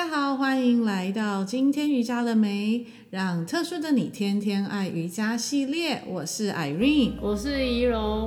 家好，欢迎来到今天瑜伽了没？让特殊的你天天爱瑜伽系列，我是 Irene， 我是怡蓉。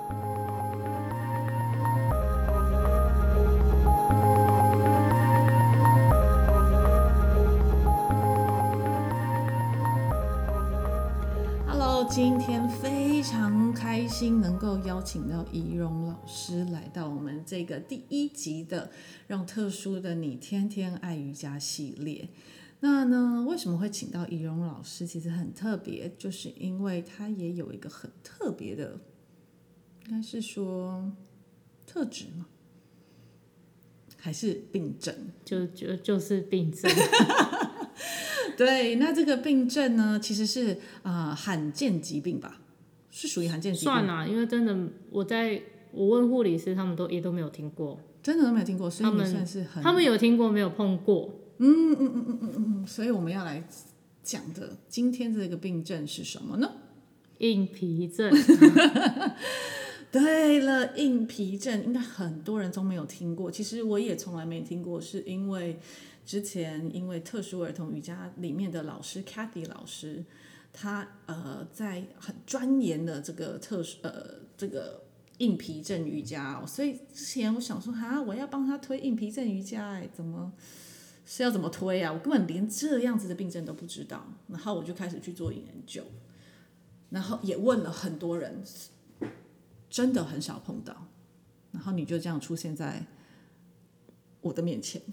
Hello， 今天非常开心能够邀请到怡蓉老师来到我们这个第1集的让特殊的你天天爱瑜伽系列。那呢，为什么会请到怡蓉老师？其实很特别，就是因为他也有一个很特别的，应该是说特质吗？还是病症？ 就是病症。 对，那这个病症呢，其实是罕见疾病吧？是属于罕见疾病。 算啦，因为真的我问护理师，他们也都没有听过， 真的都没有听过，所以你算是他们有听过，没有碰过。 所以我们要来讲的今天这个病症是什么呢？ 硬皮症。 对了，硬皮症应该很多人都没有听过，其实我也从来没听过，是因为之前因为特殊儿童瑜伽里面的老师 Kathy 老师，他在很钻研的这个这个硬皮症瑜伽所以之前我想说我要帮他推硬皮症瑜伽是要怎么推啊？我根本连这样子的病症都不知道，然后我就开始去做研究，然后也问了很多人，真的很少碰到，然后你就这样出现在我的面前。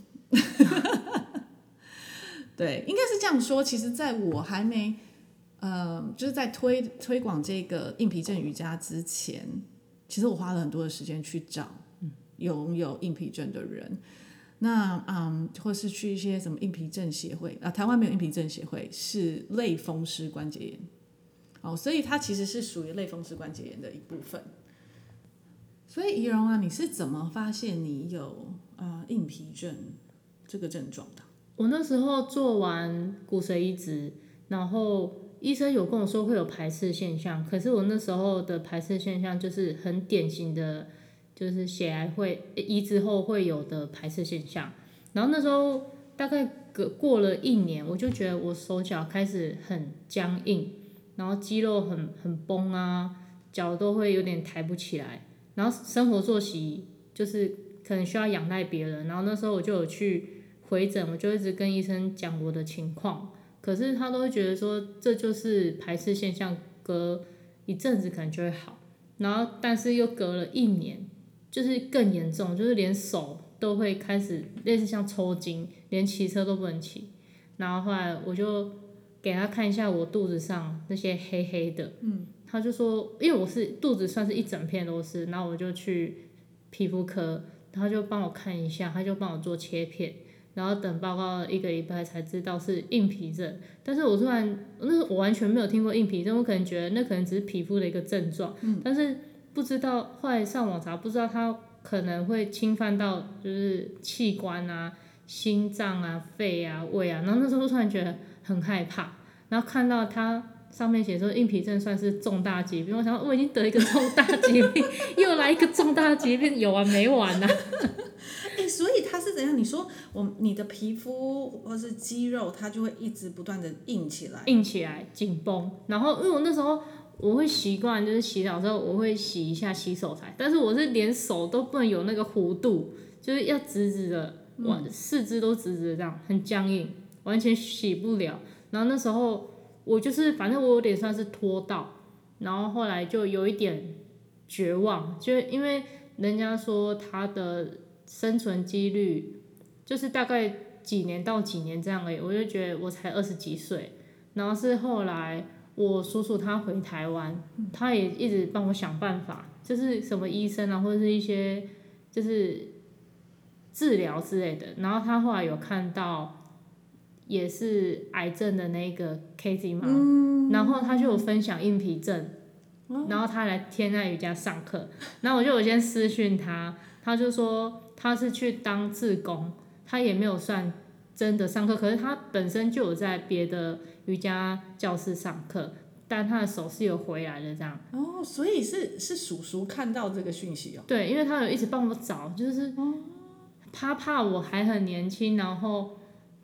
对，应该是这样说。其实，在我还没就是在推广这个硬皮症瑜伽之前，其实我花了很多的时间去找拥有硬皮症的人。那或是去一些什么硬皮症协会台湾没有硬皮症协会，是类风湿关节炎所以它其实是属于类风湿关节炎的一部分。所以怡蓉你是怎么发现你有硬皮症这个症状的？ 我那时候做完骨髓移植，然后医生有跟我说会有排斥现象，可是我那时候的排斥现象就是很典型的，就是血癌移植后会有的排斥现象。然后那时候大概过了1年，我就觉得我手脚开始很僵硬，然后肌肉很崩啊，脚都会有点抬不起来，然后生活作息就是可能需要仰赖别人。然后那时候我就有去回诊，我就一直跟医生讲我的情况，可是他都会觉得说这就是排斥现象，隔一阵子可能就会好。然后但是又隔了1年，就是更严重，就是连手都会开始类似像抽筋，连骑车都不能骑。然后后来我就给他看一下我肚子上那些黑黑的，他就说，因为我是肚子算是一整片都是，然后我就去皮肤科，他就帮我看一下，他就帮我做切片。然后等报告1个礼拜才知道是硬皮症，但是我我完全没有听过硬皮症，我可能觉得那可能只是皮肤的一个症状，但是不知道后来上网查，不知道它可能会侵犯到就是器官啊、心脏啊、肺啊、胃啊，然后那时候突然觉得很害怕，然后看到它上面写说硬皮症算是重大疾病，我想我已经得一个重大疾病，又来一个重大疾病，有完没完啊？ 所以它是怎样？你说你的皮肤或是肌肉，它就会一直不断的硬起来， 紧绷。然后因为我那时候我会习惯，就是洗澡之后我会洗一下洗手台，但是我是连手都不能有那个弧度，就是要直直的，四肢都直直的这样，很僵硬，完全洗不了。然后那时候我就是反正我有点算是拖到，然后后来就有一点绝望，就因为人家说他的生存几率就是大概几年到几年这样而已，我就觉得我才20几岁，然后是后来我叔叔他回台湾，他也一直帮我想办法，就是什么医生啊，或者是一些就是治疗之类的，然后他后来有看到也是癌症的那个 Katie 嘛，然后他就有分享硬皮症，然后他来天籁瑜伽上课，然后我就有先私讯他，他就说他是去当志工，他也没有算真的上课，可是他本身就有在别的瑜伽教室上课，但他的手是有回来的这样。 所以是叔叔看到这个讯息对，因为他有一直帮我找，就是他怕我还很年轻，然后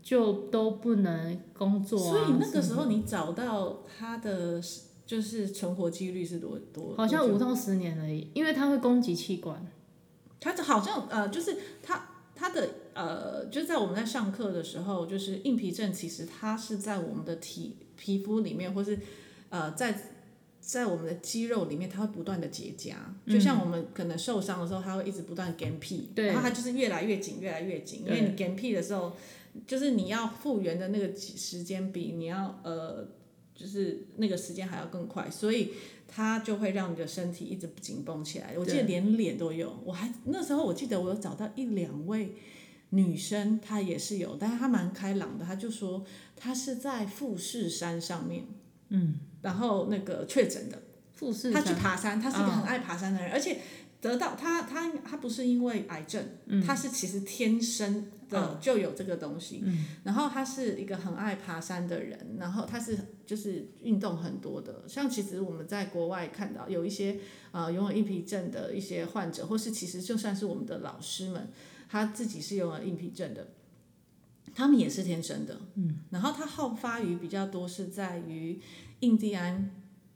就都不能工作啊。 所以那个时候你找到他的就是存活几率是多？ 好像5到10年而已，因为它会攻击器官。 他好像就是他的就是在我们在上课的时候，就是硬皮症其实它是在我们的皮肤里面，或是在我们的肌肉里面，它会不断的结痂，就像我们可能受伤的时候，它会一直不断干屁，然后它就是越来越紧，越来越紧，因为你干屁的时候，就是你要复原的那个时间比你要就是那个时间还要更快，所以它就会让你的身体一直紧绷起来。我记得连脸都有，那时候我记得我有找到1-2位女生，她也是有，但是她蛮开朗的，她就说她是在富士山上面，然后那个确诊的。 富士山， 她去爬山，她是一个很爱爬山的人，而且得到她不是因为癌症，她是其实天生的就有这个东西，然后她是一个很爱爬山的人，然后她是就是运动很多的，像其实我们在国外看到有一些拥有硬皮症的一些患者，或是其实就算是我们的老师们，他自己是拥有硬皮症的，他们也是天生的，然后他好发于比较多是在于印第安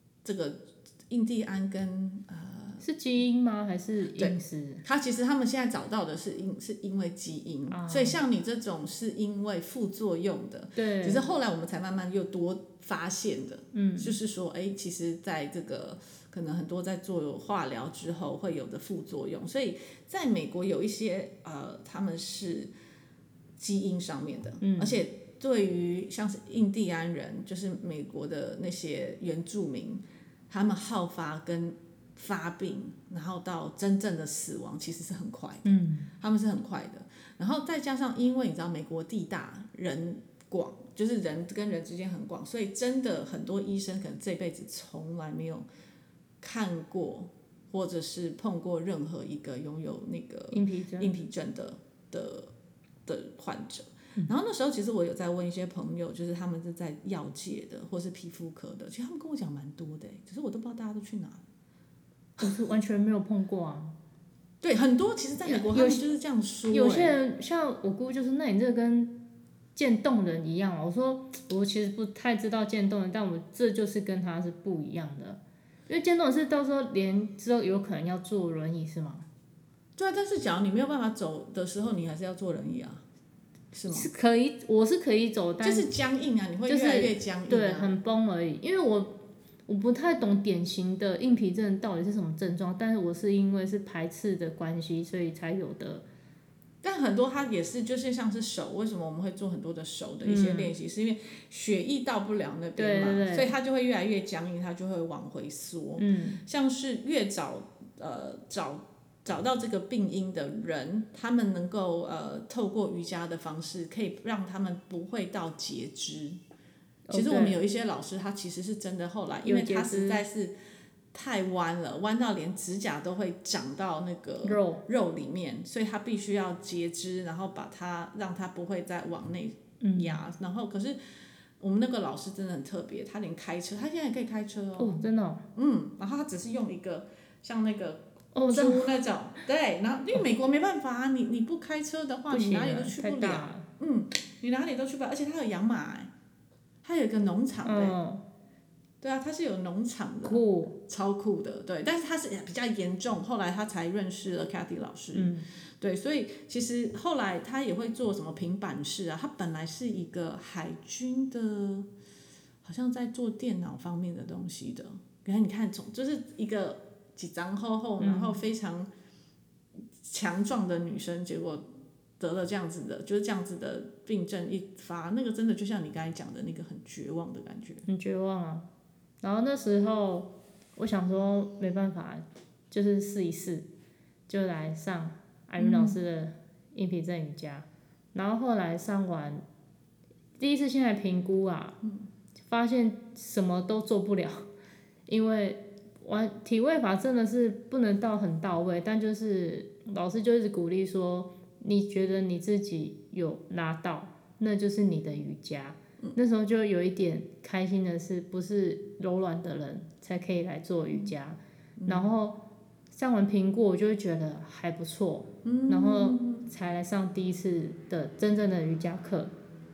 跟是基因吗？还是饮食？ 其实他们现在找到的是因为基因，所以像你这种是因为副作用的， 对， 只是后来我们才慢慢又多发现的，就是说，其实在这个可能很多在做化疗之后会有的副作用，所以在美国有一些他们是基因上面的，而且对于像是印第安人，就是美国的那些原住民，他们好发跟发病，然后到真正的死亡其实是很快的，他们是很快的。然后再加上，因为你知道美国地大人广，就是人跟人之间很广，所以真的很多医生可能这辈子从来没有看过或者是碰过任何一个拥有那个硬皮症的患者。然后那时候其实我有在问一些朋友，就是他们是在药界的或是皮肤科的，其实他们跟我讲蛮多的，只是我都不知道大家都去哪了。 我是完全没有碰过啊。 对，很多其实在美国他们就是这样说。 有些人像我姑就是，那你这跟渐冻人一样。我说我其实不太知道渐冻人，但我这就是跟他是不一样的，因为渐冻人是到时候连之后有可能要坐轮椅是吗？ 对啊，但是假如你没有办法走的时候，你还是要坐轮椅啊，是吗？ 是可以，我是可以走，但就是僵硬啊，你会越来越僵硬啊。 对，很崩而已。因为我不太懂典型的硬皮症到底是什么症状，但是我是因为是排斥的关系，所以才有的。 但很多它也是，就是像是手，为什么我们会做很多的手的一些练习，是因为血液到不了那边嘛， 对， 所以它就会越来越僵硬，它就会往回缩。像是越早找到这个病因的人，他们能够透过瑜伽的方式，可以让他们不会到截肢。其实我们有一些老师，他其实是真的后来，因为他实在是太弯了，弯到连指甲都会长到那个肉里面，所以他必须要截肢，然后让它不会再往内压。然后可是我们那个老师真的很特别，他连开车，他现在也可以开车哦，真的哦。 然后他只是用一个像那个猪那种，对，然后因为美国没办法啊，你不开车的话，你哪里都去不了。你哪里都去不了，而且他有养马他有一个农场对啊，他是有农场的， 酷， 超酷的，对。但是他是比较严重，后来他才认识了 Cathy 老师，对，所以其实后来他也会做什么平板式啊，他本来是一个海军的，好像在做电脑方面的东西的。你看，就是一个几张厚，然后非常强壮的女生，结果得了这样子的，就是这样子的病症一发，那个真的就像你刚才讲的那个很绝望的感觉， 很绝望啊。然后那时候我想说没办法，就是试一试，就来上艾云老师的硬皮症瑜伽。然后后来上完，第一次先来评估啊，发现什么都做不了，因为体位法真的是不能到很到位，但就是老师就一直鼓励说，你觉得你自己有拉到，那就是你的瑜伽。那时候就有一点开心的是，不是柔软的人才可以来做瑜伽。然后上完评估，我就会觉得还不错，然后才来上第一次的真正的瑜伽课。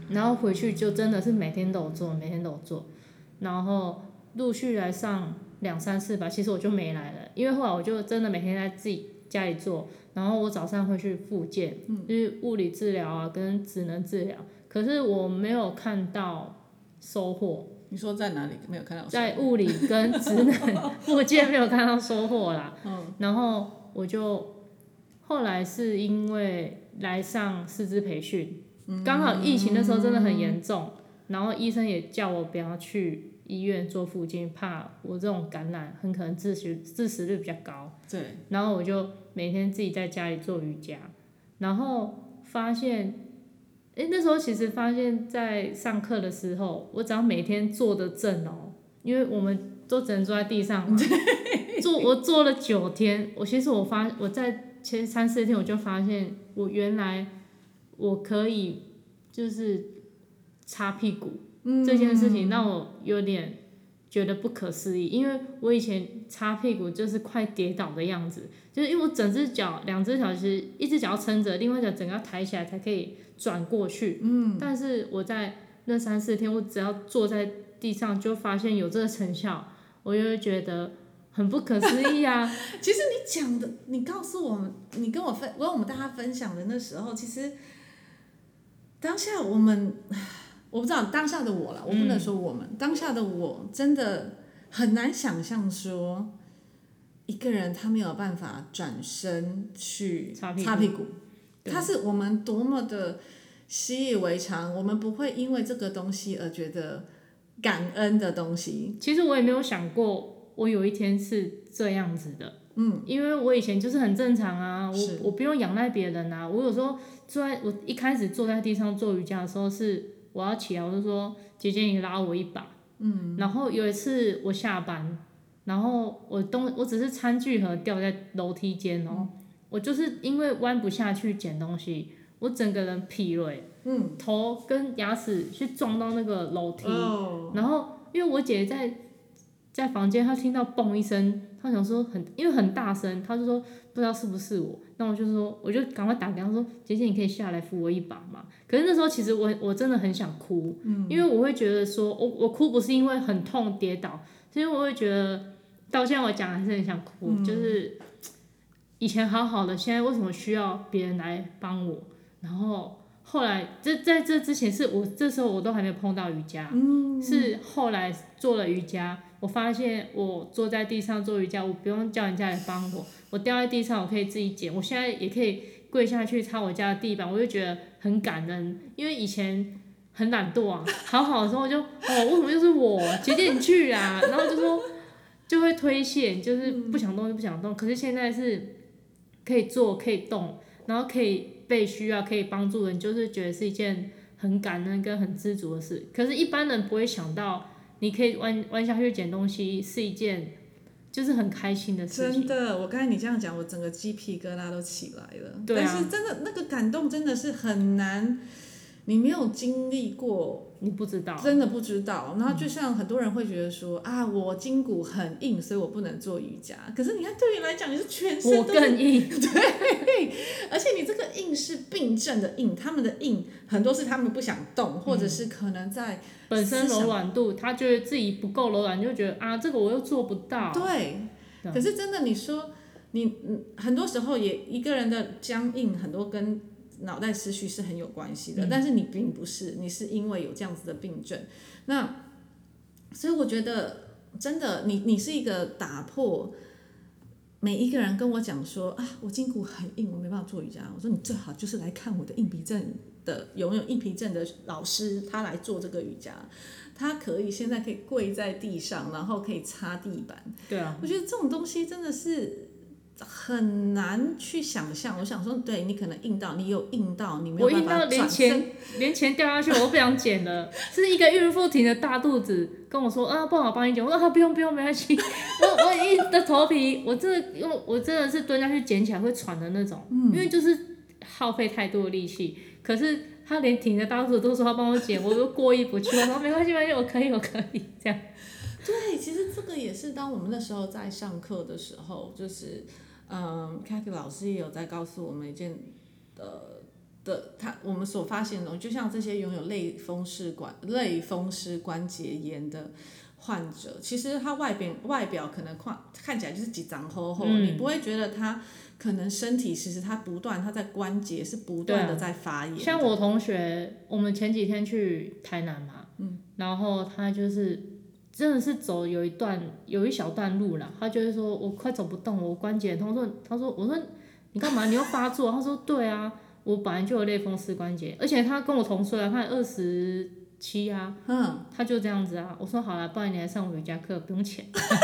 然后回去就真的是每天都有做，每天都有做，然后陆续来上2、3次吧，其实我就没来了，因为后来我就真的每天在自己家里做，然后我早上会去复健，就是物理治疗啊跟职能治疗，可是我没有看到收获。 你说在哪里没有看到收获？ 在物理跟职能复健没有看到收获啦。然后我就后来是因为来上师资培训，刚好疫情的时候真的很严重，然后医生也叫我不要去医院做复健，怕我这种感染很可能致死率比较高。 对。 然后我就每天自己在家里做瑜伽，然后发现，那时候其实发现，在上课的时候，我只要每天坐得正哦，因为我们都只能坐在地上嘛，我做了9天，其实我在前3、4天我就发现，我原来我可以就是擦屁股，这件事情让我有点觉得不可思议，因为我以前擦屁股就是快跌倒的样子，就是因为我整只脚2只脚其实一只脚要撑着，另外一脚整个要抬起来才可以转过去。但是我在那3、4天，我只要坐在地上就发现有这个成效，我就会觉得很不可思议啊。 其实你讲的，你告诉我们，你跟我们大家分享的那时候，其实当下我不知道当下的我啦，我不能说我们，当下的我真的很难想象说一个人他没有办法转身去擦屁股，他是我们多么的习以为常，我们不会因为这个东西而觉得感恩的东西。 其实我也没有想过我有一天是这样子的，因为我以前就是很正常啊，我不用仰赖别人啊，我有时候我一开始坐在地上做瑜伽的时候是我要起来，我就说姐姐你拉我一把，然后有一次我下班，然后我只是餐具盒掉在楼梯间哦，我就是因为弯不下去捡东西，我整个人劈了，头跟牙齿去撞到那个楼梯，然后因为我姐在房间，她听到嘣一声，她想说因为很大声，她就说不知道是不是我，那我就赶快打给她说姐姐你可以下来扶我一把吗？可是那时候其实我真的很想哭，因为我会觉得说我哭不是因为很痛跌倒，是因为我会觉得到现在我讲还是很想哭，就是以前好好的，现在为什么需要别人来帮我？然后后来在这之前是这时候我都还没有碰到瑜伽，是后来做了瑜伽，我发现我坐在地上做瑜伽，我不用叫人家来帮我掉在地上我可以自己捡，我现在也可以跪下去擦我家的地板，我就觉得很感恩，因为以前很懒惰啊，好好的时候就为什么又是我？姐姐你去啊，然后就会推卸，就是不想动就不想动，可是现在是可以做可以动，然后可以被需要可以帮助人，就是觉得是一件很感恩跟很知足的事。可是，一般人不会想到，你可以弯下去捡东西是一件就是很开心的事情。 真的，我刚才你这样讲，我整个鸡皮疙瘩都起来了。 对啊。 但是真的那个感动真的是很难，你没有经历过， 你不知道， 真的不知道。然后就像很多人会觉得说我筋骨很硬，所以我不能做瑜伽。可是你看，对你来讲，你是全身都是我更硬， 对，而且你这个硬是病症的硬，他们的硬很多是他们不想动，或者是可能在本身柔软度，他觉得自己不够柔软，就觉得这个我又做不到。 对，可是真的你说你很多时候也一个人的僵硬，很多跟脑袋思绪是很有关系的，但是你并不是，你是因为有这样子的病症。那所以我觉得真的，你是一个打破每一个人跟我讲说我筋骨很硬，我没办法做瑜伽。我说你最好就是来看我的硬皮症的有硬皮症的老师，他来做这个瑜伽，他现在可以跪在地上，然后可以擦地板。 对啊， 我觉得这种东西真的是很难去想象。我想说，对你可能硬到，你有硬到，你没有办法转身， 我硬到连钱掉下去我都不想捡了。是一个孕妇挺着大肚子跟我说不好帮你捡，我说不用没关系。我硬的头皮，我真的是蹲下去捡起来会喘的那种，因为就是耗费太多的力气。可是他连挺着大肚子都说他帮我捡，我都过意不去。我说没关系，我可以这样。 对，其实这个也是当我们那时候在上课的时候，就是Kathy 老师也有在告诉我们一件我们所发现的，就像这些拥有类风湿关节炎的患者，其实他外表可能看起来就是几张厚厚，你不会觉得他可能身体其实他在关节是不断的在发炎的。 像我同学，我们前几天去台南嘛，然后他就是真的是走有一小段路啦，他就会说我快走不动，我关节痛。我说你干嘛？你又发作？他说对啊，我本来就有类风湿关节，而且他跟我同岁啊，他27啊，他就这样子啊。我说好了，不然你来上我瑜伽课，不用钱。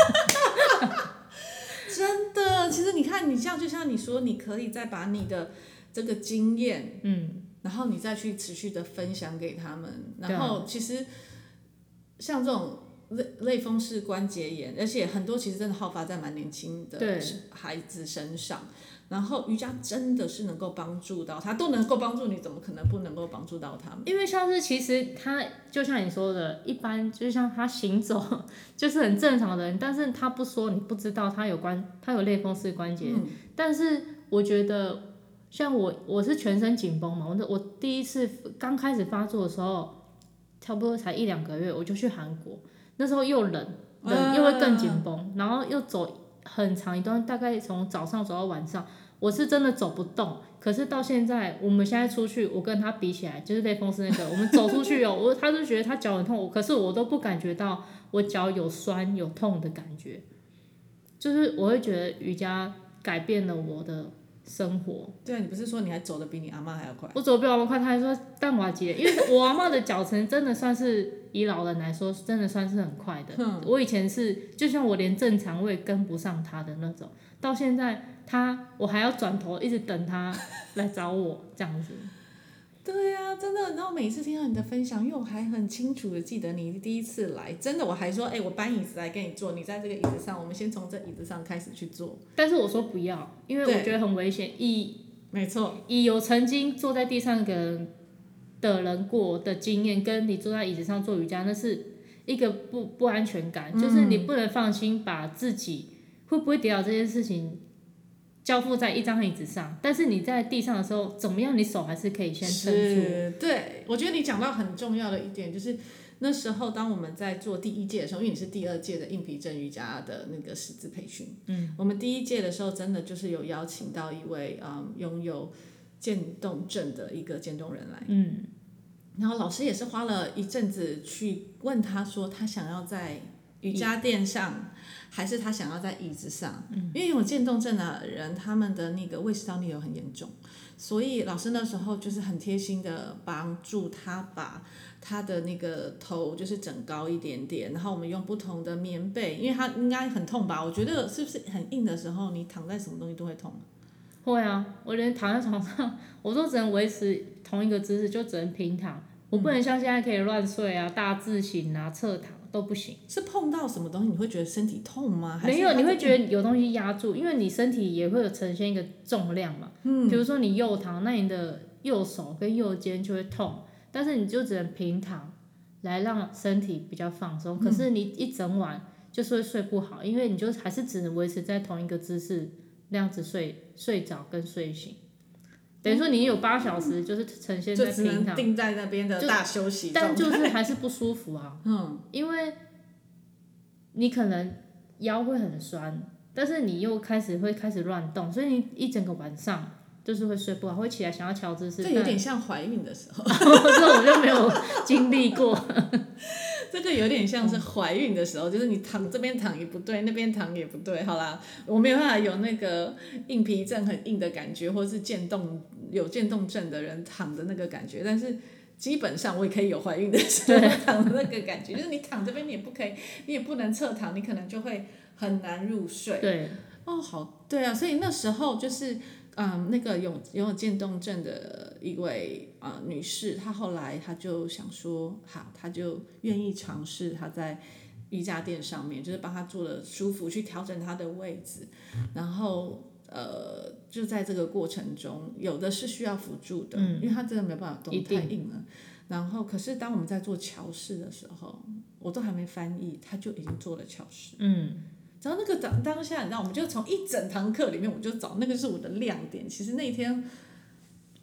真的，其实你看，你这样就像你说，你可以再把你的这个经验，然后你再去持续的分享给他们，然后其实像这种类风湿关节炎，而且很多其实真的好发在蛮年轻的孩子身上。然后瑜伽真的是能够帮助到他，都能够帮助你，怎么可能不能够帮助到他们？ 因为像是其实他就像你说的，一般就像他行走就是很正常的人，但是他不说你不知道他有类风湿关节。但是我觉得像我是全身紧绷嘛，我第一次刚开始发作的时候，差不多才1-2个月，我就去韩国，那时候又冷又会更紧绷，然后又走很长一段，大概从早上走到晚上，我是真的走不动。可是到现在，我们现在出去，我跟他比起来，就是类风湿那个，我们走出去哦，他就觉得他脚很痛，可是我都不感觉到我脚有酸有痛的感觉，就是我会觉得瑜伽改变了我的生活。 对啊，你不是说你还走得比你阿嬷还要快？ 我走得比我阿嬷快，他还说淡瓦吉，因为我阿嬷的脚程真的算是以老人来说，真的算是很快的。我以前是就像我连正常我也跟不上他的那种，到现在我还要转头一直等他来找我这样子。 对啊，真的。然后每次听到你的分享，因为我还很清楚的记得你第一次来，真的我还说，我搬椅子来给你坐，你在这个椅子上，我们先从这椅子上开始去做。 但是我说不要，因为我觉得很危险。 没错， 以有曾经坐在地上的人过的经验，跟你坐在椅子上做瑜伽，那是一个不安全感，就是你不能放心把自己会不会跌倒这件事情交付在一张椅子上，但是你在地上的时候，怎么样，你手还是可以先撑住。 对，我觉得你讲到很重要的一点，就是那时候当我们在做第1届的时候，因为你是第2届的硬皮症瑜伽的那个师资培训，我们第1届的时候真的就是有邀请到一位拥有渐冻症的一个渐冻人来，然后老师也是花了一阵子去问他说，他想要在瑜伽垫上，还是他想要在椅子上？因为有渐冻症的人，他们的那个胃食道逆流很严重，所以老师那时候就是很贴心的帮助他把他的那个头就是整高一点点，然后我们用不同的棉被，因为他应该很痛吧？我觉得是不是很硬的时候，你躺在什么东西都会痛？ 会啊，我连躺在床上，我都只能维持同一个姿势，就只能平躺，我不能像现在可以乱睡啊、大字型啊、侧躺都不行。 是碰到什么东西你会觉得身体痛吗？ 没有，你会觉得有东西压住，因为你身体也会有呈现一个重量嘛。比如说你右躺，那你的右手跟右肩就会痛，但是你就只能平躺来让身体比较放松。可是你一整晚就是会睡不好，因为你就还是只能维持在同一个姿势那样子睡着跟睡醒。等于说你有8小时就是呈现在平躺， 就只能定在那边的大休息状态， 但就是还是不舒服啊。因为你可能腰会很酸，但是你又开始乱动，所以你一整个晚上就是会睡不好，会起来想要调姿势。 这有点像怀孕的时候， 这我就没有经历过。 这个有点像是怀孕的时候，就是你这边躺也不对，那边躺也不对。好啦，我没有办法有那个硬皮症很硬的感觉，或是有渐冻症的人躺的那个感觉，但是基本上我也可以有怀孕的时候躺的那个感觉，就是你躺这边你也不可以，你也不能侧躺，你可能就会很难入睡。 对， 好，对啊，所以那时候就是那个拥有渐冻症的一位女士，她后来她就想说，好，她就愿意尝试她在瑜伽垫上面，就是帮她做的舒服，去调整她的位置，然后就在这个过程中，有的是需要辅助的，因为她真的没办法动，太硬了。然后，可是当我们在做桥式的时候，我都还没翻译，她就已经做了桥式。然后那个当下，你知道，我们就从一整堂课里面，我就找那个是我的亮点。其实那一天，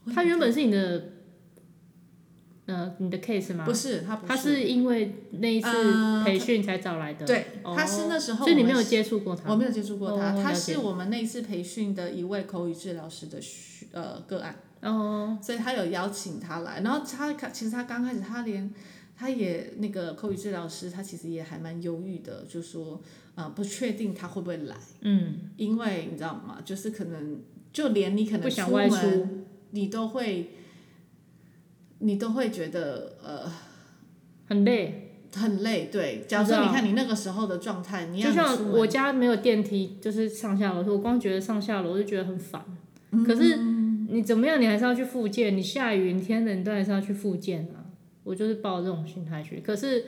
他原本是你的case 吗？ 不是， 他是因为那一次培训才找来的。 对，他是那时候所以你没有接触过他？ 我没有接触过他，他了解是我们那一次培训的一位口语治疗师的个案。所以他有邀请他来，然后其实他刚开始他也那个口语治疗师，他其实也还蛮犹豫的，就说不确定他会不会来，因为你知道吗？就是可能就连你可能出门，你都会觉得很累， 对。假如说你看你那个时候的状态，你要就像我家没有电梯，就是上下楼，我光觉得上下楼我就觉得很烦。可是你怎么样，你还是要去复健，你下雨你天冷都还是要去复健啊。我就是抱这种心态去，可是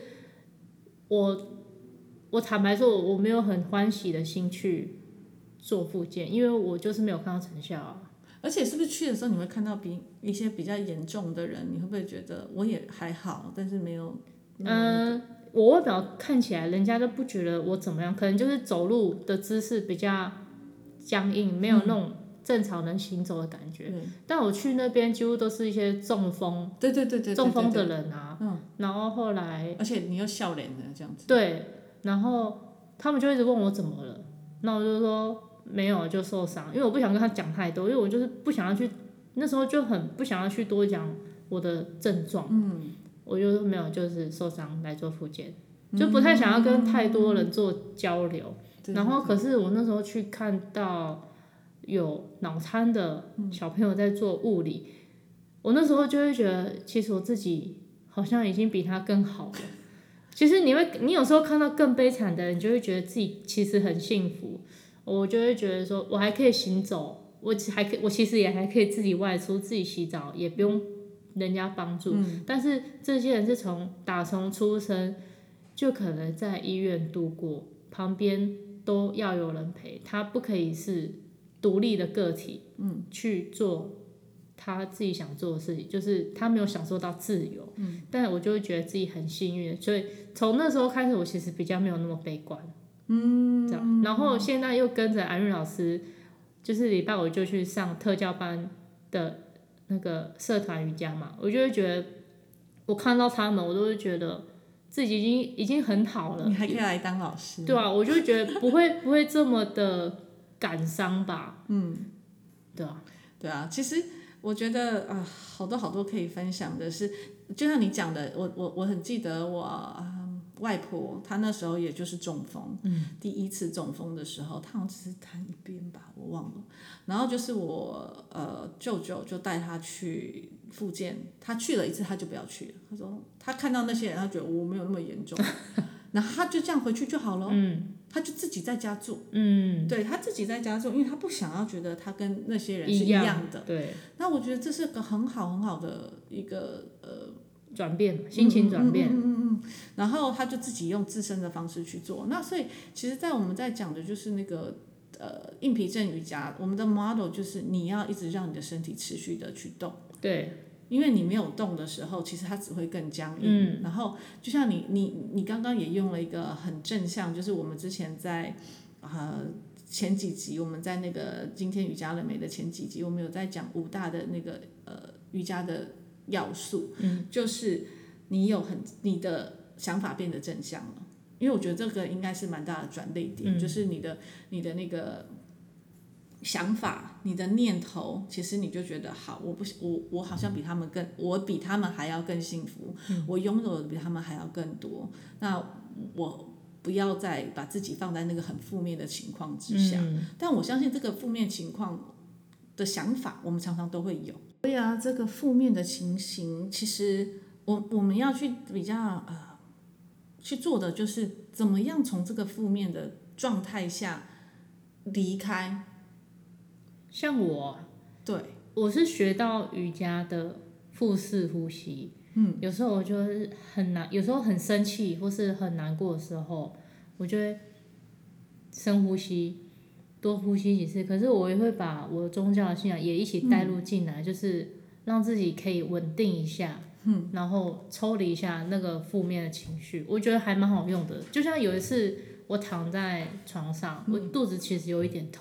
我坦白说，我没有很欢喜的心去做复健，因为我就是没有看到成效啊。 而且是不是去的时候你会看到一些比较严重的人，你会不会觉得我也还好，但是没有？ 我外表看起来人家都不觉得我怎么样，可能就是走路的姿势比较僵硬，没有那种正常人行走的感觉。但我去那边几乎都是一些中风， 对， 中风的人啊。然后后来， 而且你又笑脸的这样子。 对，然后他们就一直问我怎么了，那我就说没有，就受伤，因为我不想跟他讲太多，因为我就是不想要去，那时候就很不想要去多讲我的症状。我就没有，就是受伤来做复健，就不太想要跟太多人做交流。然后可是我那时候去看到有脑瘫的小朋友在做物理，我那时候就会觉得，其实我自己好像已经比他更好了。其实你有时候看到更悲惨的人，你就会觉得自己其实很幸福。我就会觉得说，我还可以行走，我其实也还可以自己外出，自己洗澡，也不用人家帮助。但是这些人是打从出生就可能在医院度过，旁边都要有人陪，他不可以是独立的个体，去做他自己想做的事情，就是他没有享受到自由。但我就会觉得自己很幸运，所以从那时候开始，我其实比较没有那么悲观。这样，然后现在又跟着安瑞老师，就是礼拜五就去上特教班的那个社团瑜伽嘛，我就会觉得，我看到他们，我都会觉得自己已经很好了。 你还可以来当老师， 对啊，我就会觉得不会这么的感伤吧。对啊， 其实我觉得好多可以分享的是，就像你讲的，我很记得我外婆她那时候也就是中风，第一次中风的时候，她好像只是瘫一边吧，我忘了。然后就是我舅舅就带她去复健，她去了一次，她就不要去了。她说她看到那些人，她觉得我没有那么严重，然后她就这样回去就好了。他就自己在家做，对他自己在家做，因为他不想要觉得他跟那些人是一样的。 对， 那我觉得这是个很好的一个转变，心情转变。 然后他就自己用自身的方式去做。那所以其实，在我们在讲的就是那个硬皮症瑜伽，我们的 model 就是你要一直让你的身体持续的去动。 对。 因为你没有动的时候，其实它只会更僵硬。然后就像你刚刚也用了一个很正向，就是我们之前在前几集，我们在那个今天瑜伽了没的前几集，我们有在讲5大的那个瑜伽的要素，就是你的想法变得正向了。因为我觉得这个应该是蛮大的转捩点，就是你的那个想法，你的念头，其实你就觉得好，我好像比他们我比他们还要更幸福，我拥有的比他们还要更多。那我不要再把自己放在那个很负面的情况之下。但我相信这个负面情况的想法，我们常常都会有。所以啊，这个负面的情形，其实我们要去比较去做的，就是怎么样从这个负面的状态下离开。 像我是学到瑜伽的腹式呼吸。有时候我就是很难，有时候很生气或是很难过的时候，我就会深呼吸，多呼吸几次。可是我也会把我的宗教的信仰也一起带入进来，就是让自己可以稳定一下，然后抽离一下那个负面的情绪，我觉得还蛮好用的。就像有一次我躺在床上，我肚子其实有一点痛。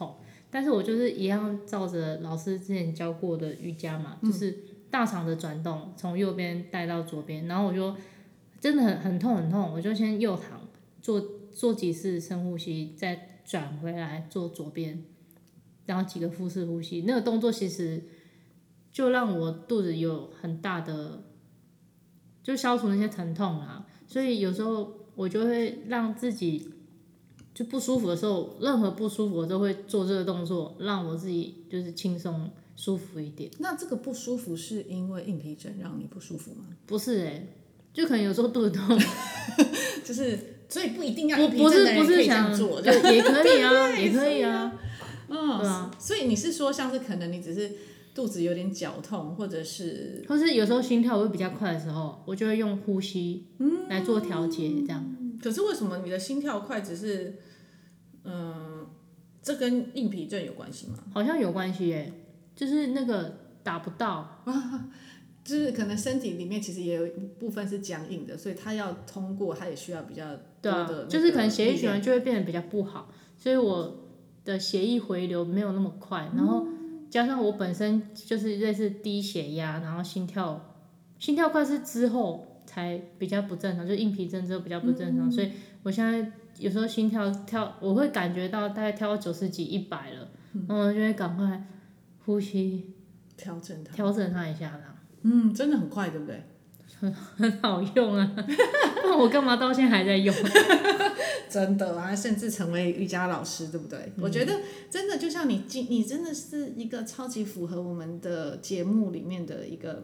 但是我就是一样照着老师之前教过的瑜伽嘛，就是大肠的转动，从右边带到左边，然后我就真的很痛很痛，我就先右躺做几次深呼吸，再转回来做左边，然后几个腹式呼吸，那个动作其实就让我肚子有很大的，就消除那些疼痛啦。所以有时候我就会让自己就不舒服的时候，任何不舒服我都会做这个动作，让我自己就是轻松舒服一点。 那这个不舒服是因为硬皮疹让你不舒服吗？ 不是就可能有时候肚子痛， 就是所以不一定要硬皮不疹的人可以这是想样做， 对也可以啊， 对也可以啊， 对啊。所以你是说像是可能你只是肚子有点绞痛，或者是或是有时候心跳会比较快的时候，我就会用呼吸来做调节，这样。 可是为什么你的心跳快只是这跟硬皮症有关系吗？ 好像有关系就是那个打不到， 就是可能身体里面其实也有一部分是僵硬的，所以它要通过，它也需要比较多的、 就是可能血液循环就会变得比较不好，所以我的血液回流没有那么快，然后加上我本身就是类似低血压，然后心跳快是之后才比较不正常，就硬皮症之后比较不正常，所以我现在有时候心跳我会感觉到大概跳到90几100了，然后我就会赶快呼吸调整它一下啦。 真的很快，对不对？ 很好用啊，不然我干嘛到现在还在用？ 真的啊，甚至成为瑜伽老师，对不对？我觉得真的就像你真的是一个超级符合我们的节目里面的一个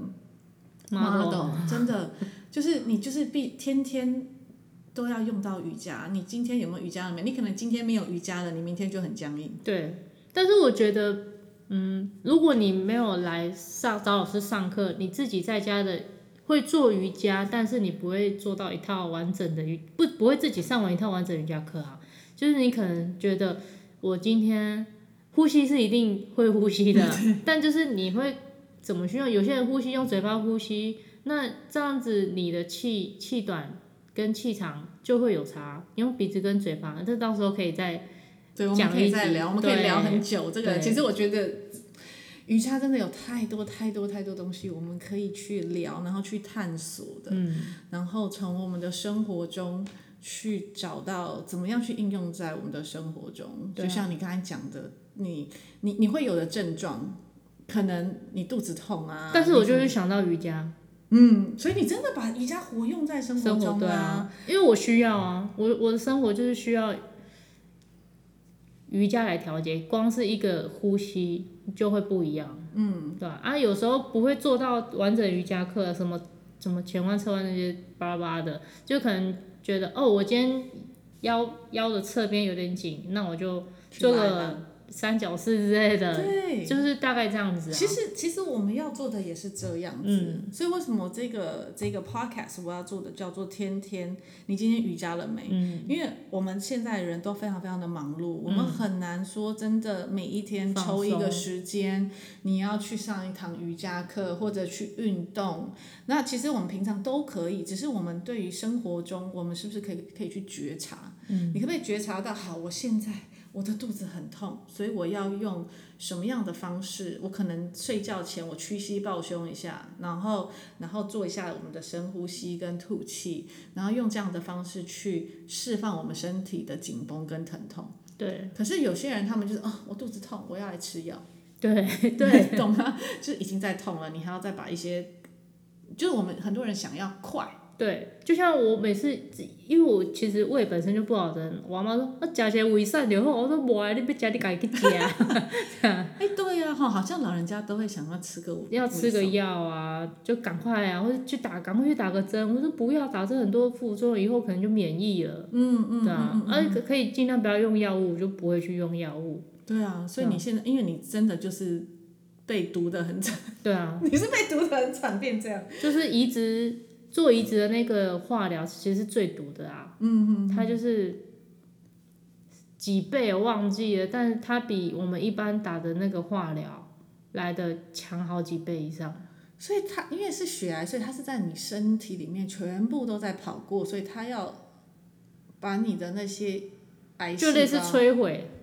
model， 真的就是你就是天天都要用到瑜伽。你今天有没有瑜伽了没？你可能今天没有瑜伽了，你明天就很僵硬。 对，但是我觉得，如果你没有来找老师上课，你自己在家的会做瑜伽，但是你不会做到一套完整的不会自己上完一套完整瑜伽课啊。就是你可能觉得我今天呼吸是一定会呼吸的，但就是你会怎么去用？有些人呼吸用嘴巴呼吸，那这样子你的气短跟气长就会有差。你用鼻子跟嘴巴，这到时候可以再。 对，我们可以再聊，我们可以聊很久。这个其实我觉得瑜伽真的有太多东西我们可以去聊，然后去探索的。然后从我们的生活中去找到怎么样去应用在我们的生活中。就像你刚才讲的，你会有的症状，可能你肚子痛啊， 但是我就会想到瑜伽。 所以你真的把瑜伽活用在生活中啊，因为我需要啊，我的生活就是需要瑜伽来调节，光是一个呼吸就会不一样，对吧？有时候不会做到完整瑜伽课，什么前弯侧弯那些巴拉巴拉的，就可能觉得我今天腰的侧边有点紧，那我就做个三角式之类的， 对， 就是大概这样子啊。 其实我们要做的也是这样子，所以为什么这个 podcast 我要做的叫做天天你今天瑜伽了没？因为我们现在的人都非常非常的忙碌，我们很难说真的每一天抽一个时间，你要去上一堂瑜伽课或者去运动。那其实我们平常都可以，只是我们对于生活中我们是不是可以去觉察？你可不可以觉察到，好，我现在我的肚子很痛，所以我要用什么样的方式？我可能睡觉前我屈膝抱胸一下，然后做一下我们的深呼吸跟吐气，然后用这样的方式去释放我们身体的紧绷跟疼痛。 对。 可是有些人他们就是我肚子痛，我要来吃药。 对， 懂吗？就是已经在痛了，你还要再把一些，就是我们很多人想要快。 对，就像我每次，因为我其实胃本身就不好的人，我妈说吃些胃散就好，我说无啊，你要吃你自己去吃。 对啊，好像老人家都会想要吃个药啊，就赶快啊，或者赶快去打个针。我说不要打针，很多副作用，以后可能就免疫了。对啊，可以尽量不要用药物，我就不会去用药物。 对啊，所以你现在，因为你真的就是被毒得很惨。 对啊， 你是被毒得很惨变这样。 就是做移植的那个化疗其实是最毒的啊。它就是几倍我忘记了，但是它比我们一般打的那个化疗来的强好几倍以上。 所以它因为是血癌，所以它是在你身体里面全部都在跑过，所以它要把你的那些癌细胞就类似摧毁。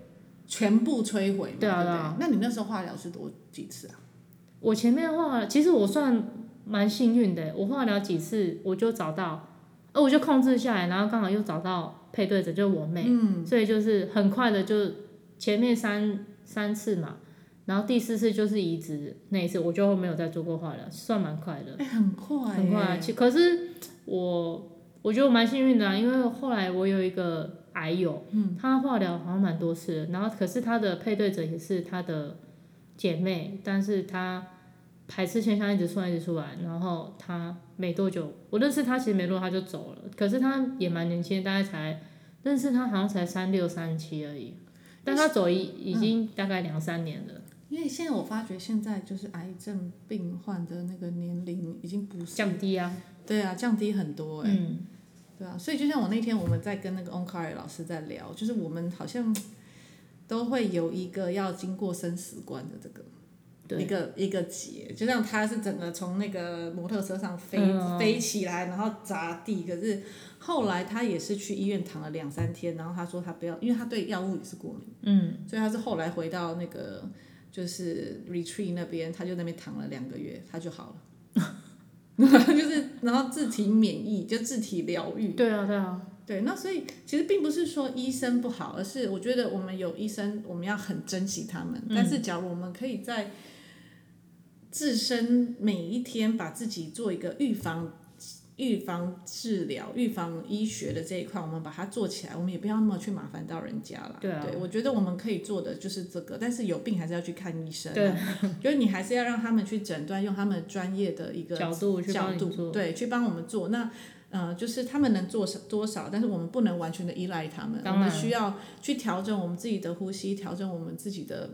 全部摧毁嘛， 对啊对不对？ 对啊。 那你那时候化疗是多几次啊？ 我前面的话，其实我算蛮幸运的，我化疗几次我就找到，我就控制下来，然后刚好又找到配对者，就是我妹，所以就是很快的就前面三次嘛，然后第4次就是移植那一次，我就没有再做过化疗，算蛮快的。 很快很快啊。可是我觉得我蛮幸运的啊，因为后来我有一个癌友，他化疗好像蛮多次的，然后可是他的配对者也是他的姐妹，但是他排斥现象一直出来，然后他没多久，我认识他其实没多久他就走了，可是他也蛮年轻，大概才认识他好像才36、37而已，但他走已经大概2、3年了。 因为现在我发觉现在就是癌症病患的那个年龄已经不是降低啊， 对啊，降低很多对啊，所以就像我那天我们在跟那个 Onkari 老师在聊，就是我们好像都会有一个要经过生死关的这个一个节，就像他是整个从那个摩托车上飞起来，然后砸地，可是后来他也是去医院躺了2、3天，然后他说他不要，因为他对药物也是过敏，所以他是后来回到那个就是 retreat 那边，他就那边躺了2个月，他就好了。就是然后自体免疫，就自体疗愈。 对啊，对啊。 对，那所以其实并不是说医生不好，而是我觉得我们有医生，我们要很珍惜他们。但是假如我们可以在自身每一天把自己做一个预防治疗、预防医学的这一块，我们把它做起来，我们也不要那么去麻烦到人家啦。 对啊。 对，我觉得我们可以做的就是这个，但是有病还是要去看医生。 对。 就是你还是要让他们去诊断，用他们专业的一个角度去帮你做， 对，去帮我们做。那就是他们能做多少，但是我们不能完全的依赖他们，我们需要去调整我们自己的呼吸，调整我们自己的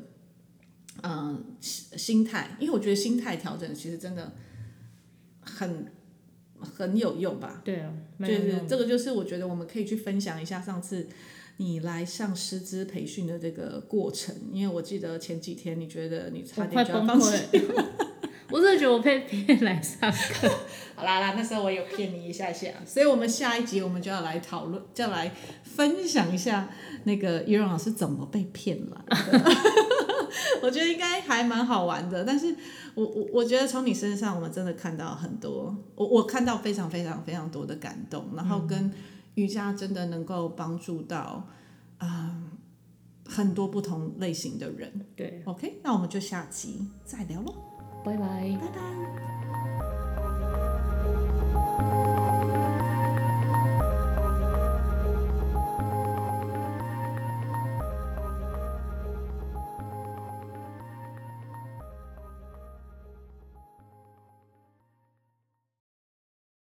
心态，因为我觉得心态调整其实真的很有用吧。 对啊， 就是这个就是我觉得我们可以去分享一下上次你来上师资培训的这个过程，因为我记得前几天你觉得你差点就要放弃。 我真的觉得我被骗来上课。 好啦，那时候我有骗你一下，所以我们下一集我们就要来讨论，就要来分享一下那个于荣老师怎么被骗来的。我觉得应该还蛮好玩的，但是我觉得从你身上我们真的看到很多，我看到非常非常非常多的感动，然后跟瑜伽真的能够帮助到很多不同类型的人。 对 ，OK， 那我们就下集再聊咯。 拜拜。 拜拜。